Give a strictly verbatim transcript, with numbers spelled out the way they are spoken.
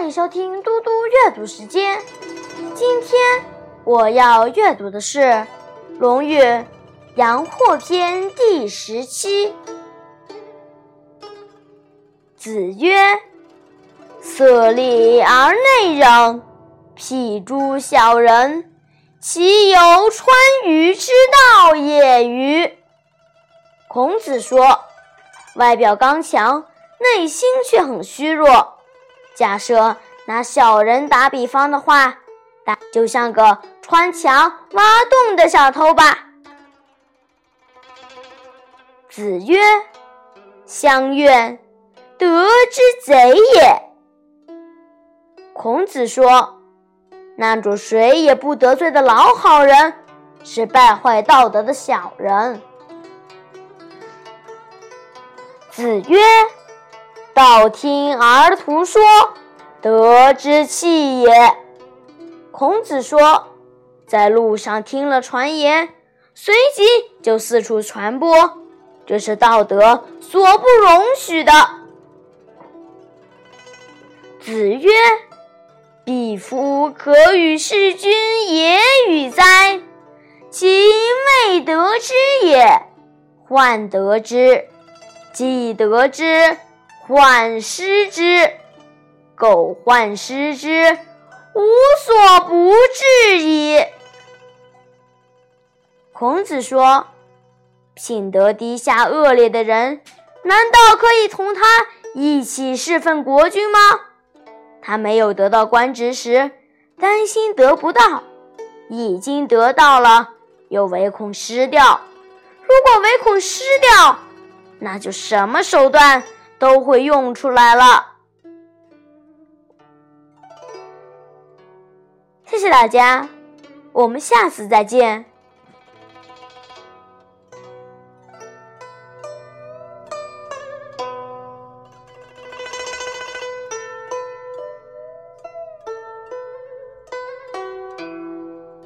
迎收听嘟嘟阅读时间。今天我要阅读的是《论语·阳货篇》第十七。子曰：色厉而内荏，譬诸小人，其有川渝之道也与？孔子说，外表刚强，内心却很虚弱。假设拿小人打比方的话，就像个穿墙挖洞的小偷吧。子曰：乡怨，德之贼也。孔子说，那种谁也不得罪的老好人，是败坏道德的小人。子曰：道听而图说，德之弃也。孔子说，在路上听了传言，随即就四处传播，这是道德所不容许的。子曰：彼夫可与事君也与哉？其未得之也，患得之；既得之，患失之。苟患失之，无所不至矣。孔子说，品德低下恶劣的人，难道可以同他一起侍奉国君吗？他没有得到官职时，担心得不到；已经得到了，又唯恐失掉。如果唯恐失掉，那就什么手段都会用出来了。谢谢大家，我们下次再见。